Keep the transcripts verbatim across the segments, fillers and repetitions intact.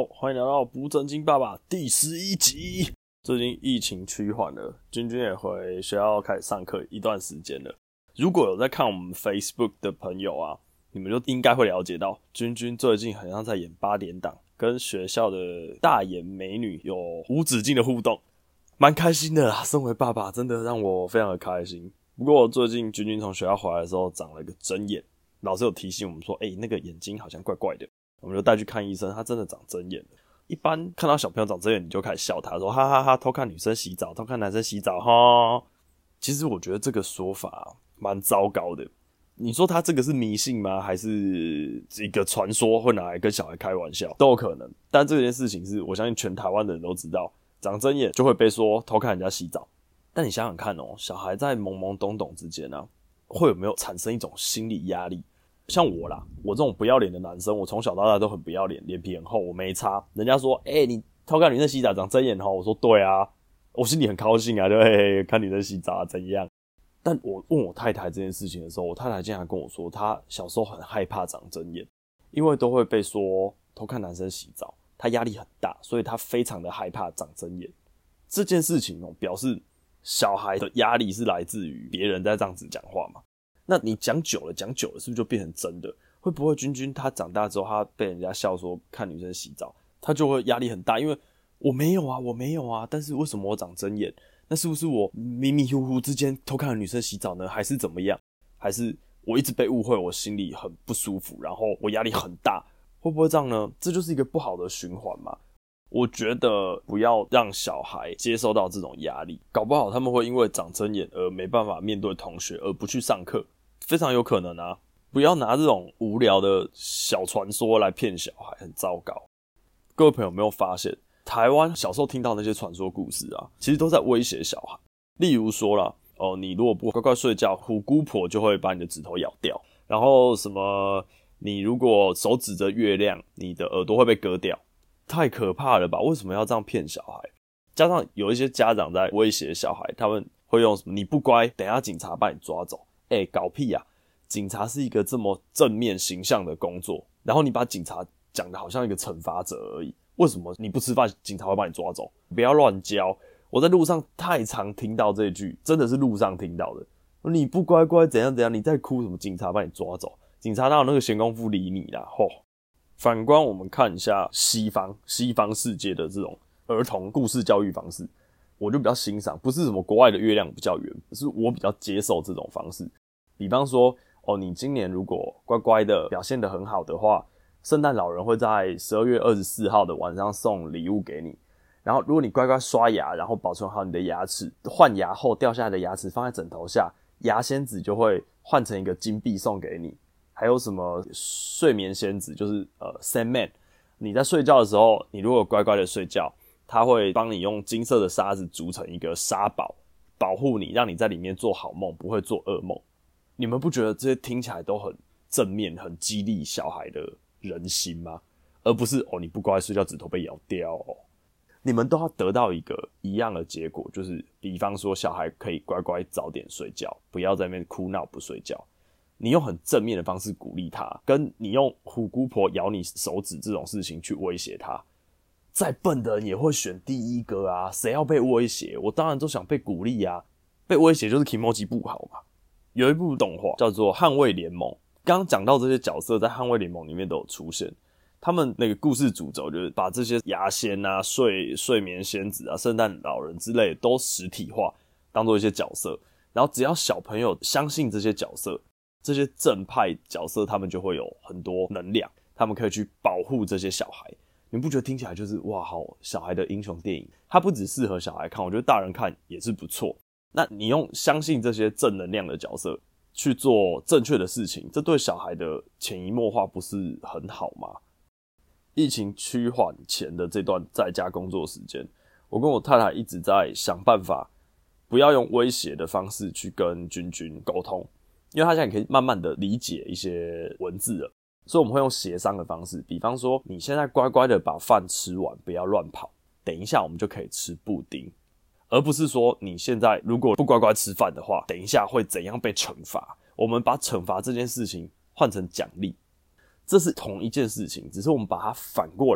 好，欢迎来到不正经爸爸第十一集。最近疫情趋缓了，君君也回学校开始上课一段时间了。如果有在看我们 Facebook 的朋友啊，你们就应该会了解到，君君最近好像在演八点档，跟学校的大眼美女有无止境的互动，蛮开心的啦。身为爸爸，真的让我非常的开心。不过最近君君从学校回来的时候长了一个针眼，老师有提醒我们说，哎、欸，那个眼睛好像怪怪的。我们就带去看医生，他真的长针眼了。一般看到小朋友长针眼，你就开始笑他，说哈哈哈，偷看女生洗澡，偷看男生洗澡哈。其实我觉得这个说法蛮糟糕的。你说他这个是迷信吗？还是一个传说，会拿来跟小孩开玩笑，都有可能。但这件事情是我相信全台湾的人都知道，长针眼就会被说偷看人家洗澡。但你想想看哦，小孩在懵懵懂懂之间啊，会有没有产生一种心理压力？像我啦，我这种不要脸的男生，我从小到大都很不要脸，脸皮很厚，我没差。人家说，哎、欸，你偷看女生洗澡长针眼吼，我说对啊，我心里很高兴啊，就嘿看女生洗澡啊怎样？但我问我太太这件事情的时候，我太太竟然跟我说，她小时候很害怕长针眼，因为都会被说偷看男生洗澡，她压力很大，所以她非常的害怕长针眼。这件事情哦，表示小孩的压力是来自于别人在这样子讲话嘛。那你讲久了，讲久了，是不是就变成真的？会不会君君他长大之后，他被人家笑说看女生洗澡，他就会压力很大？因为我没有啊，我没有啊，但是为什么我长针眼？那是不是我迷迷糊糊之间偷看了女生洗澡呢？还是怎么样？还是我一直被误会，我心里很不舒服，然后我压力很大？会不会这样呢？这就是一个不好的循环嘛。我觉得不要让小孩接受到这种压力，搞不好他们会因为长针眼而没办法面对同学，而不去上课。非常有可能啊！不要拿这种无聊的小传说来骗小孩，很糟糕。各位朋友有没有发现，台湾小时候听到那些传说故事啊，其实都在威胁小孩。例如说啦，哦，你如果不乖乖睡觉，虎姑婆就会把你的指头咬掉。然后什么，你如果手指着月亮，你的耳朵会被割掉。太可怕了吧？为什么要这样骗小孩？加上有一些家长在威胁小孩，他们会用什么？你不乖，等一下警察把你抓走。哎、欸，搞屁啊！警察是一个这么正面形象的工作，然后你把警察讲的好像一个惩罚者而已。为什么你不吃饭，警察会把你抓走？不要乱教！我在路上太常听到这一句，真的是路上听到的。你不乖乖怎样怎样，你在哭什么？警察把你抓走？警察哪有那个闲工夫理你啦？吼！反观我们看一下西方西方世界的这种儿童故事教育方式，我就比较欣赏，不是什么国外的月亮比较圆，是我比较接受这种方式。比方说，哦，你今年如果乖乖的表现得很好的话，圣诞老人会在十二月二十四号的晚上送礼物给你。然后如果你乖乖刷牙，然后保存好你的牙齿，换牙后掉下来的牙齿放在枕头下，牙仙子就会换成一个金币送给你。还有什么睡眠仙子，就是呃 Sandman， 你在睡觉的时候，你如果乖乖的睡觉，他会帮你用金色的沙子组成一个沙堡，保护你，让你在里面做好梦，不会做噩梦。你们不觉得这些听起来都很正面，很激励小孩的人心吗？而不是哦，你不乖睡觉指头被咬掉哦。你们都要得到一个一样的结果，就是比方说小孩可以乖乖早点睡觉，不要在那边哭闹不睡觉。你用很正面的方式鼓励他，跟你用虎姑婆咬你手指这种事情去威胁他。再笨的人也会选第一个啊，谁要被威胁？我当然都想被鼓励啊，被威胁就是 kimoji 不好嘛。有一部动画叫做《捍卫联盟》，刚刚讲到这些角色在《捍卫联盟》里面都有出现，他们那个故事主轴就是把这些牙仙啊、睡睡眠仙子啊、圣诞老人之类的都实体化，当做一些角色。然后只要小朋友相信这些角色，这些正派角色，他们就会有很多能量，他们可以去保护这些小孩。你不觉得听起来就是哇，好小孩的英雄电影？它不只适合小孩看，我觉得大人看也是不错。那你用相信这些正能量的角色去做正确的事情，这对小孩的潜移默化不是很好吗？疫情趋缓前的这段在家工作时间，我跟我太太一直在想办法，不要用威胁的方式去跟君君沟通，因为他现在可以慢慢的理解一些文字了，所以我们会用协商的方式，比方说你现在乖乖的把饭吃完，不要乱跑，等一下我们就可以吃布丁。而不是说你现在如果不乖乖吃饭的话，等一下会怎样被惩罚。我们把惩罚这件事情换成奖励，这是同一件事情，只是我们把它反过来，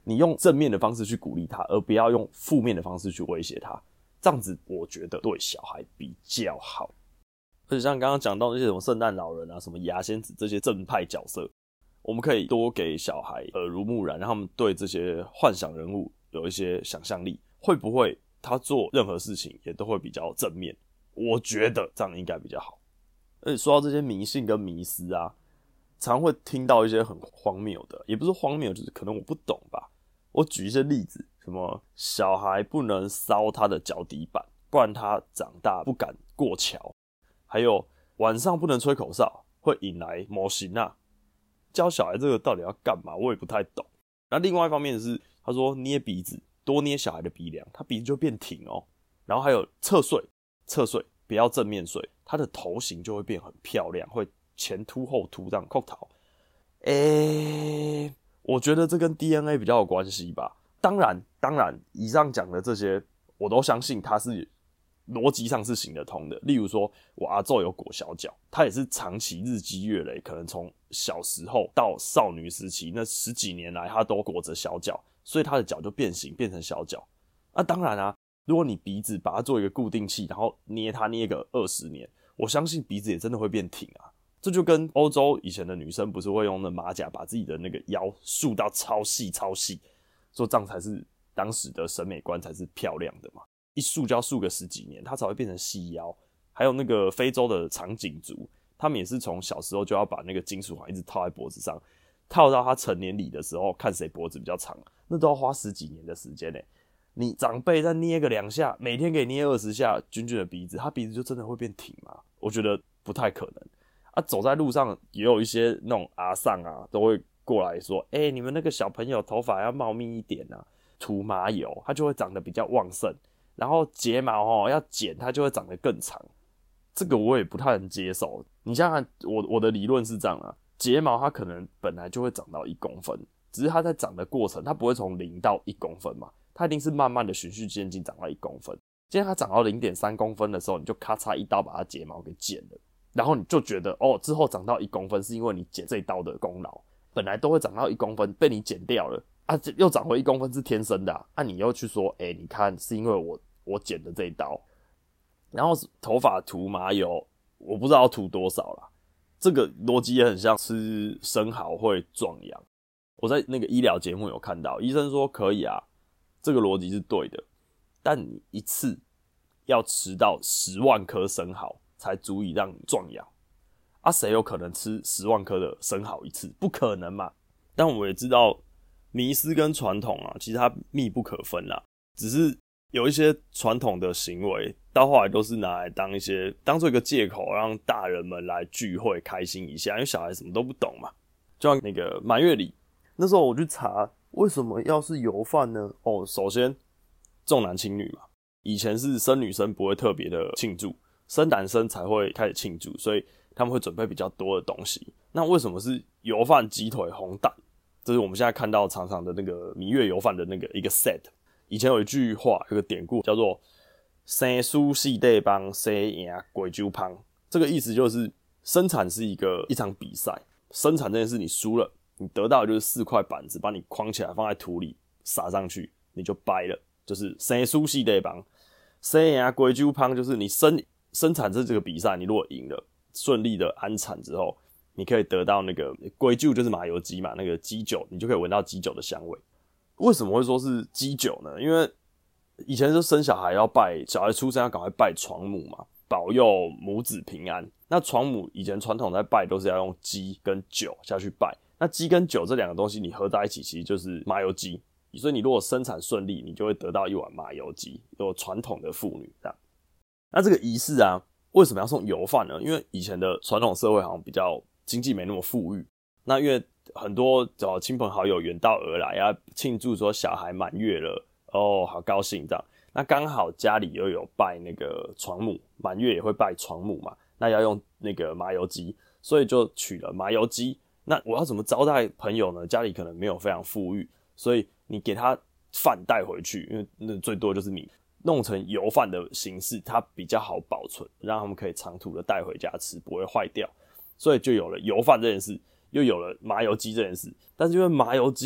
你用正面的方式去鼓励他，而不要用负面的方式去威胁他，这样子我觉得对小孩比较好。而且像刚刚讲到那些什么圣诞老人啊、什么牙仙子这些正派角色，我们可以多给小孩耳濡目染，让他们对这些幻想人物有一些想象力，会不会他做任何事情也都会比较正面？我觉得这样应该比较好。而且说到这些迷信跟迷思啊，常会听到一些很荒谬的，也不是荒谬，就是可能我不懂吧。我举一些例子，什么小孩不能搔他的脚底板，不然他长大不敢过桥；还有晚上不能吹口哨，会引来魔神啊。教小孩这个到底要干嘛？我也不太懂。那另外一方面是，他说捏鼻子，多捏小孩的鼻梁，他鼻子就变挺哦。然后还有侧睡，侧睡不要正面睡，他的头型就会变很漂亮，会前凸后凸这样扣头。诶、欸，我觉得这跟 D N A 比较有关系吧。当然，当然，以上讲的这些，我都相信它是逻辑上是行得通的。例如说，我阿祖有裹小脚，他也是长期日积月累，可能从小时候到少女时期那十几年来，他都裹着小脚，所以他的脚就变形变成小脚。那、啊、当然啊，如果你鼻子把它做一个固定器，然后捏它捏个二十年，我相信鼻子也真的会变挺啊。这就跟欧洲以前的女生不是会用那马甲把自己的那个腰束到超细超细，说这样才是当时的审美观才是漂亮的嘛。一束就要束个十几年，它才会变成细腰。还有那个非洲的长颈族，他们也是从小时候就要把那个金属环一直套在脖子上，套到他成年礼的时候，看谁脖子比较长，那都要花十几年的时间呢。你长辈再捏个两下，每天给捏二十下，君君的鼻子，他鼻子就真的会变挺吗？我觉得不太可能。啊，走在路上也有一些那种阿桑啊，都会过来说：“哎、欸，你们那个小朋友头发要茂密一点啊，涂麻油，它就会长得比较旺盛。然后睫毛哦要剪，它就会长得更长。”这个我也不太能接受。你想想看，我我的理论是这样啊，睫毛它可能本来就会长到一公分，只是它在长的过程，它不会从零到一公分嘛，它一定是慢慢的循序渐进长到一公分。今天它长到零点三公分的时候，你就咔嚓一刀把它睫毛给剪了。然后你就觉得哦，之后长到一公分是因为你剪这一刀的功劳，本来都会长到一公分，被你剪掉了啊，又长回一公分是天生的啊，啊你又去说，哎、欸，你看是因为我我剪的这一刀，然后头发涂麻油，我不知道要涂多少啦，这个逻辑也很像吃生蚝会壮阳。我在那个医疗节目有看到，医生说可以啊，这个逻辑是对的，但你一次要吃到十万颗生蚝才足以让你壮阳啊！谁有可能吃十万颗的生蚝一次？不可能嘛！但我也知道迷思跟传统啊，其实它密不可分啦。只是有一些传统的行为，到后来都是拿来当一些当做一个借口，让大人们来聚会开心一下，因为小孩什么都不懂嘛。就像那个满月礼，那时候我去查为什么要是油饭呢？哦，首先重男轻女嘛，以前是生女生不会特别的庆祝。生男生才会开始庆祝，所以他们会准备比较多的东西。那为什么是油饭、鸡腿、红蛋？这是我们现在看到常常的那个蜜月油饭的那个一个 set。以前有一句话，有个典故叫做“生输四地帮，生赢贵酒芳”。这个意思就是生产是一个一场比赛，生产这件事你输了，你得到的就是四块板子，把你框起来放在土里撒上去，你就掰了，就是生输四地帮，生赢贵酒芳，就是你生。生产这个比赛，你如果赢了，顺利的安产之后，你可以得到那个龟酒，就是麻油鸡嘛，那个鸡酒，你就可以闻到鸡酒的香味。为什么会说是鸡酒呢？因为以前就生小孩要拜，小孩出生要赶快拜床母嘛，保佑母子平安。那床母以前传统在拜都是要用鸡跟酒下去拜，那鸡跟酒这两个东西你合在一起，其实就是麻油鸡。所以你如果生产顺利，你就会得到一碗麻油鸡，有传统的妇女这样。那这个仪式啊，为什么要送油饭呢？因为以前的传统社会好像比较经济没那么富裕，那因为很多找亲朋好友远道而来啊，庆祝说小孩满月了，哦，好高兴这样。那刚好家里又有拜那个床母，满月也会拜床母嘛，那要用那个麻油鸡，所以就取了麻油鸡。那我要怎么招待朋友呢？家里可能没有非常富裕，所以你给他饭带回去，因为那最多就是米。弄成油饭的形式，它比较好保存，让他们可以长途的带回家吃，不会坏掉。所以就有了油饭这件事，又有了麻油鸡这件事。但是因为麻油鸡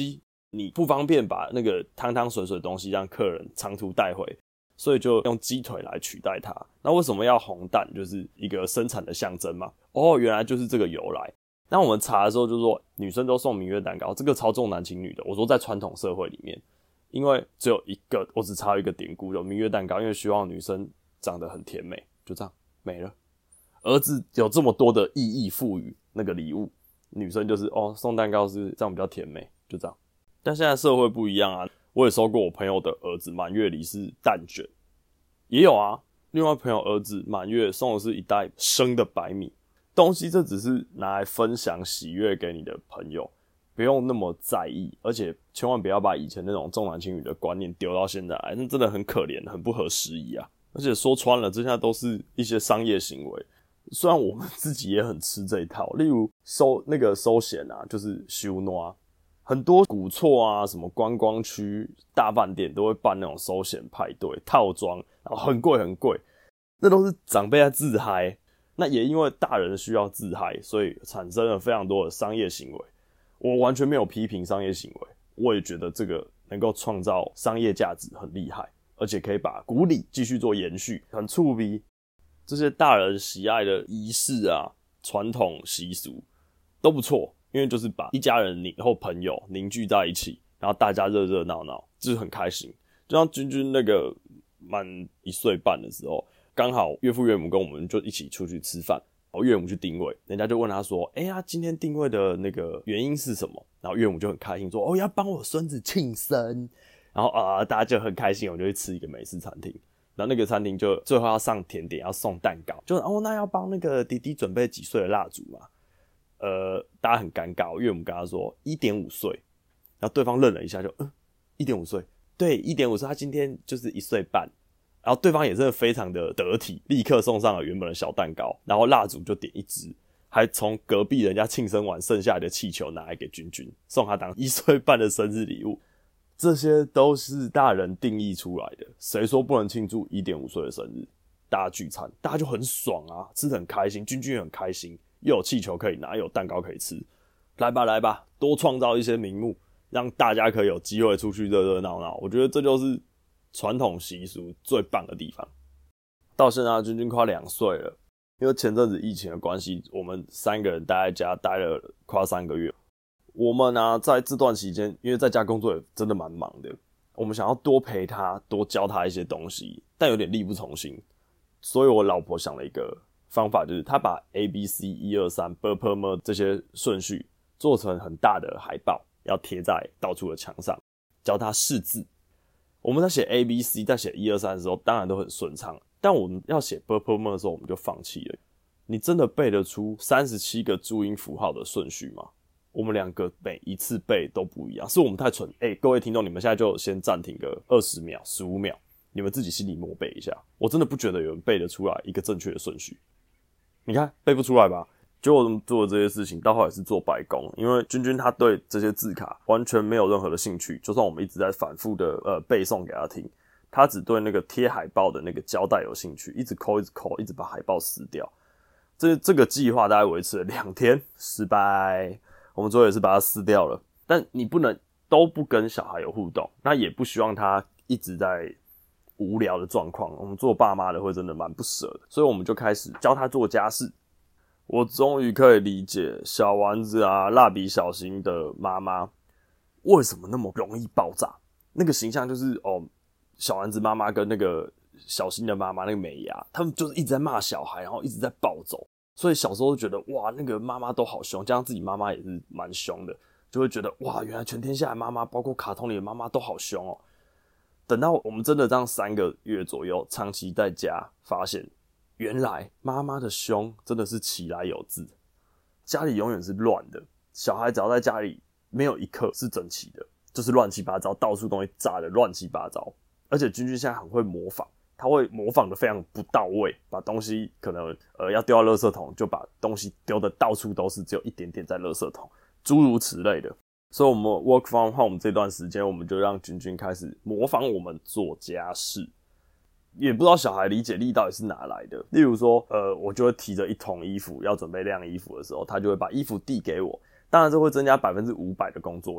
你不方便把那个汤汤水水的东西让客人长途带回，所以就用鸡腿来取代它。那为什么要红蛋？就是一个生产的象征嘛。哦，原来就是这个由来。那我们查的时候就说，女生都送明月蛋糕，这个超重男轻女的。我说在传统社会里面，因为只有一个，我只查一个典故，有明月蛋糕，因为希望女生长得很甜美，就这样没了。儿子有这么多的意义赋予那个礼物，女生就是哦送蛋糕是这样比较甜美，就这样。但现在社会不一样啊，我也收过我朋友的儿子满月礼是蛋卷，也有啊。另外朋友儿子满月送的是一袋生的白米。东西这只是拿来分享喜悦给你的朋友，不用那么在意，而且千万不要把以前那种重男轻女的观念丢到现在来，那真的很可怜，很不合时宜啊。而且说穿了，这些都是一些商业行为，虽然我们自己也很吃这一套，例如收那个收钱啊，就是收拿，很多古厝啊，什么观光区、大饭店都会办那种收钱派对套装，然后很贵很贵，那都是长辈在自嗨。那也因为大人需要自嗨，所以产生了非常多的商业行为。我完全没有批评商业行为，我也觉得这个能够创造商业价值很厉害，而且可以把古礼继续做延续，很触鼻。这些大人喜爱的仪式啊、传统习俗都不错，因为就是把一家人或朋友凝聚在一起，然后大家热热闹闹，就是很开心。就像君君那个满一岁半的时候，刚好岳父岳母跟我们就一起出去吃饭，然后岳母去定位，人家就问他说：“哎、欸、呀，今天定位的那个原因是什么？”然后岳母就很开心说：“哦，要帮我孙子庆生。”然后啊、呃，大家就很开心，我们就去吃一个美式餐厅。然后那个餐厅就最后要上甜点，要送蛋糕，就哦，那要帮那个弟弟准备几岁的蜡烛嘛？呃，大家很尴尬，岳母跟他说一点五岁，然后对方愣了一下就，就嗯，一点五岁，对，一点五岁，他今天就是一岁半。然后对方也真的非常的得体，立刻送上了原本的小蛋糕，然后蜡烛就点一支，还从隔壁人家庆生完剩下来的气球拿来给君君，送他当一岁半的生日礼物。这些都是大人定义出来的，谁说不能庆祝一点五岁的生日？大家聚餐，大家就很爽啊，吃得很开心，君君也很开心，又有气球可以拿，又有蛋糕可以吃。来吧来吧，多创造一些名目，让大家可以有机会出去热热闹闹。我觉得这就是传统习俗最棒的地方。到现在君君快两岁了，因为前阵子疫情的关系，我们三个人待在家待了快三个月。我们啊，在这段期间，因为在家工作也真的蛮忙的，我们想要多陪他，多教他一些东西，但有点力不从心。所以我老婆想了一个方法，就是她把 A B C 一二三 B P M 这些顺序做成很大的海报，要贴在到处的墙上，教他识字。我们在写 A B C 在写一二三的时候当然都很顺畅，但我们要写 B P M 的时候我们就放弃了。你真的背得出三十七个注音符号的顺序吗？我们两个每一次背都不一样，是我们太蠢。欸，各位听众，你们现在就先暂停个二十秒十五秒，你们自己心里默背一下。我真的不觉得有人背得出来一个正确的顺序。你看背不出来吧？结果我们做的这些事情到后来是做白工，因为君君他对这些字卡完全没有任何的兴趣，就算我们一直在反复的呃背诵给他听，他只对那个贴海报的那个胶带有兴趣，一直抠一直抠，一直把海报撕掉。这这个计划大概维持了两天，失败。我们最后也是把它撕掉了。但你不能都不跟小孩有互动，那也不希望他一直在无聊的状况，我们做爸妈的会真的蛮不舍的，所以我们就开始教他做家事。我终于可以理解小丸子啊、蜡笔小新的妈妈为什么那么容易爆炸。那个形象就是哦，小丸子妈妈跟那个小新的妈妈那个美伢，他们就是一直在骂小孩，然后一直在暴走。所以小时候就觉得哇，那个妈妈都好凶，加上自己妈妈也是蛮凶的，就会觉得哇，原来全天下的妈妈，包括卡通里的妈妈都好凶哦。等到我们真的这样三个月左右长期在家，发现原来妈妈的凶真的是其来有自，家里永远是乱的，小孩只要在家里没有一刻是整齐的，就是乱七八糟，到处东西炸的乱七八糟。而且君君现在很会模仿，他会模仿的非常不到位，把东西可能呃要丢到垃圾桶，就把东西丢的到处都是，只有一点点在垃圾桶，诸如此类的。所以我们 work from home 这段时间，我们就让君君开始模仿我们做家事。也不知道小孩理解力到底是哪来的。例如说，呃，我就会提着一桶衣服要准备晾衣服的时候，他就会把衣服递给我。当然这会增加 百分之五百 的工作量，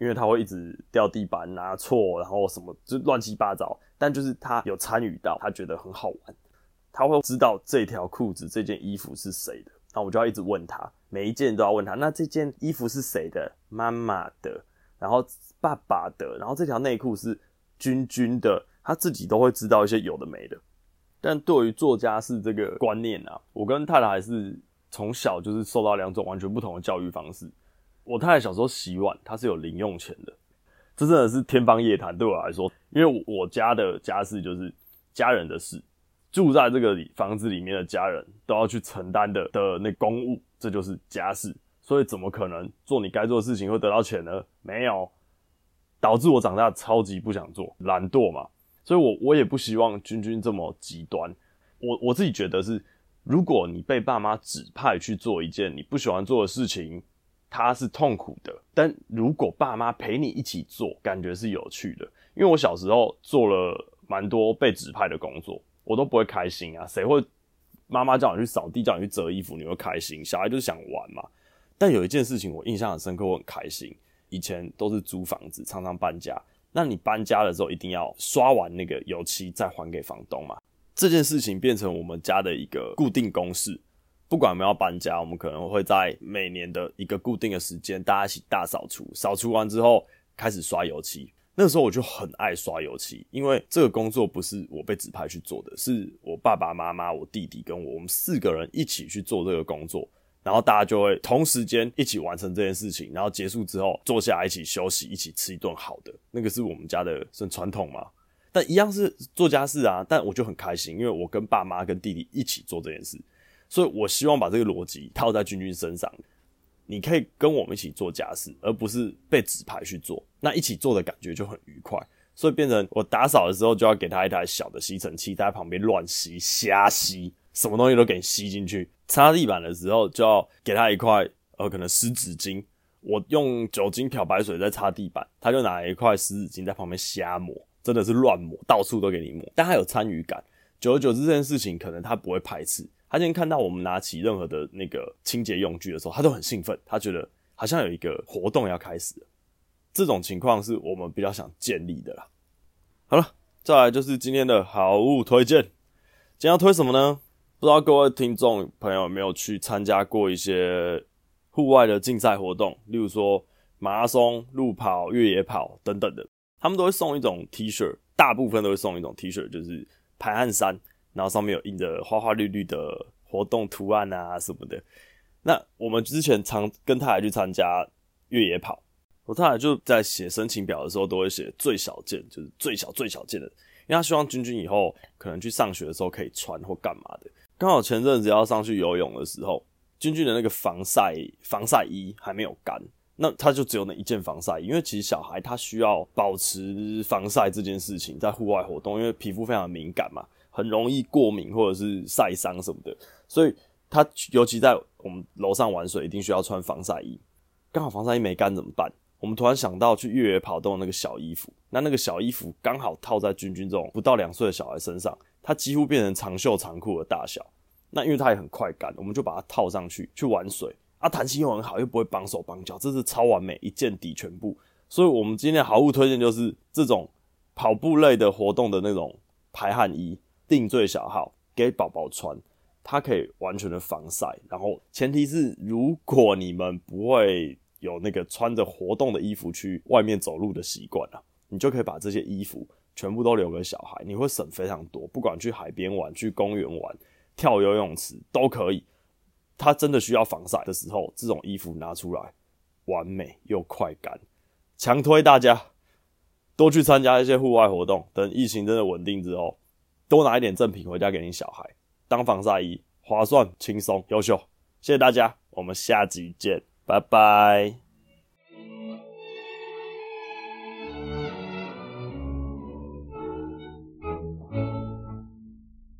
因为他会一直掉地板拿错，然后什么就乱七八糟，但就是他有参与到，他觉得很好玩，他会知道这条裤子这件衣服是谁的，那我就要一直问他，每一件都要问他，那这件衣服是谁的？妈妈的，然后爸爸的，然后这条内裤是君君的，他自己都会知道一些有的没的。但对于做家事这个观念啊，我跟太太还是从小就是受到两种完全不同的教育方式。我太太小时候洗碗，她是有零用钱的，这真的是天方夜谭对我来说，因为我家的家事就是家人的事，住在这个房子里面的家人都要去承担的的那公务，这就是家事，所以怎么可能做你该做的事情会得到钱呢？没有，导致我长大超级不想做，懒惰嘛，所以我我也不希望君君这么极端。我我自己觉得是，如果你被爸妈指派去做一件你不喜欢做的事情，它是痛苦的，但如果爸妈陪你一起做，感觉是有趣的。因为我小时候做了蛮多被指派的工作，我都不会开心啊，谁会妈妈叫你去扫地，叫你去折衣服，你会开心？小孩就是想玩嘛。但有一件事情我印象很深刻，我很开心。以前都是租房子，常常搬家，那你搬家的时候一定要刷完那个油漆再还给房东嘛。这件事情变成我们家的一个固定公式，不管我们要搬家，我们可能会在每年的一个固定的时间，大家一起大扫除，扫除完之后开始刷油漆。那时候我就很爱刷油漆，因为这个工作不是我被指派去做的，是我爸爸妈妈、我弟弟跟我，我们四个人一起去做这个工作，然后大家就会同时间一起完成这件事情，然后结束之后坐下来一起休息，一起吃一顿好的，那个是我们家的算传统嘛。但一样是做家事啊，但我就很开心，因为我跟爸妈跟弟弟一起做这件事，所以我希望把这个逻辑套在君君身上。你可以跟我们一起做家事，而不是被指派去做，那一起做的感觉就很愉快。所以变成我打扫的时候就要给他一台小的吸尘器，在旁边乱吸瞎吸，什么东西都给你吸进去。擦地板的时候就要给他一块呃可能湿纸巾，我用酒精漂白水在擦地板，他就拿一块湿纸巾在旁边瞎抹，真的是乱抹，到处都给你抹。但他有参与感，久而久之这件事情可能他不会排斥。他今天看到我们拿起任何的那个清洁用具的时候，他都很兴奋，他觉得好像有一个活动要开始了。这种情况是我们比较想建立的啦。好了，再来就是今天的好物推荐。今天要推什么呢？不知道各位听众朋友有没有去参加过一些户外的竞赛活动，例如说马拉松、路跑、越野跑等等的，他们都会送一种 T 恤，大部分都会送一种 T 恤，就是排汗衫，然后上面有印着花花绿绿的活动图案啊什么的。那我们之前常跟太太去参加越野跑，我太太就在写申请表的时候都会写最小件，就是最小最小件的，因为她希望君君以后可能去上学的时候可以穿或干嘛的。刚好前阵子要上去游泳的时候，君君的那个防晒防晒衣还没有干，那他就只有那一件防晒衣，因为其实小孩他需要保持防晒这件事情，在户外活动，因为皮肤非常敏感嘛，很容易过敏或者是晒伤什么的，所以他尤其在我们楼上玩水，一定需要穿防晒衣。刚好防晒衣没干怎么办？我们突然想到去越野跑都有那个小衣服，那那个小衣服刚好套在君君这种不到两岁的小孩身上，他几乎变成长袖长裤的大小。那因为它也很快干，我们就把它套上去去玩水啊，弹性又很好，又不会绑手绑脚，这是超完美，一件抵全部。所以我们今天的好物推荐就是这种跑步类的活动的那种排汗衣，定最小号给宝宝穿，它可以完全的防晒。然后前提是如果你们不会有那个穿着活动的衣服去外面走路的习惯啊，你就可以把这些衣服全部都留给小孩，你会省非常多。不管去海边玩、去公园玩、跳游泳池都可以。他真的需要防晒的时候，这种衣服拿出来，完美又快干，强推大家多去参加一些户外活动。等疫情真的稳定之后，多拿一点赠品回家给你小孩当防晒衣，划算、轻松、优秀。谢谢大家，我们下集见，拜拜。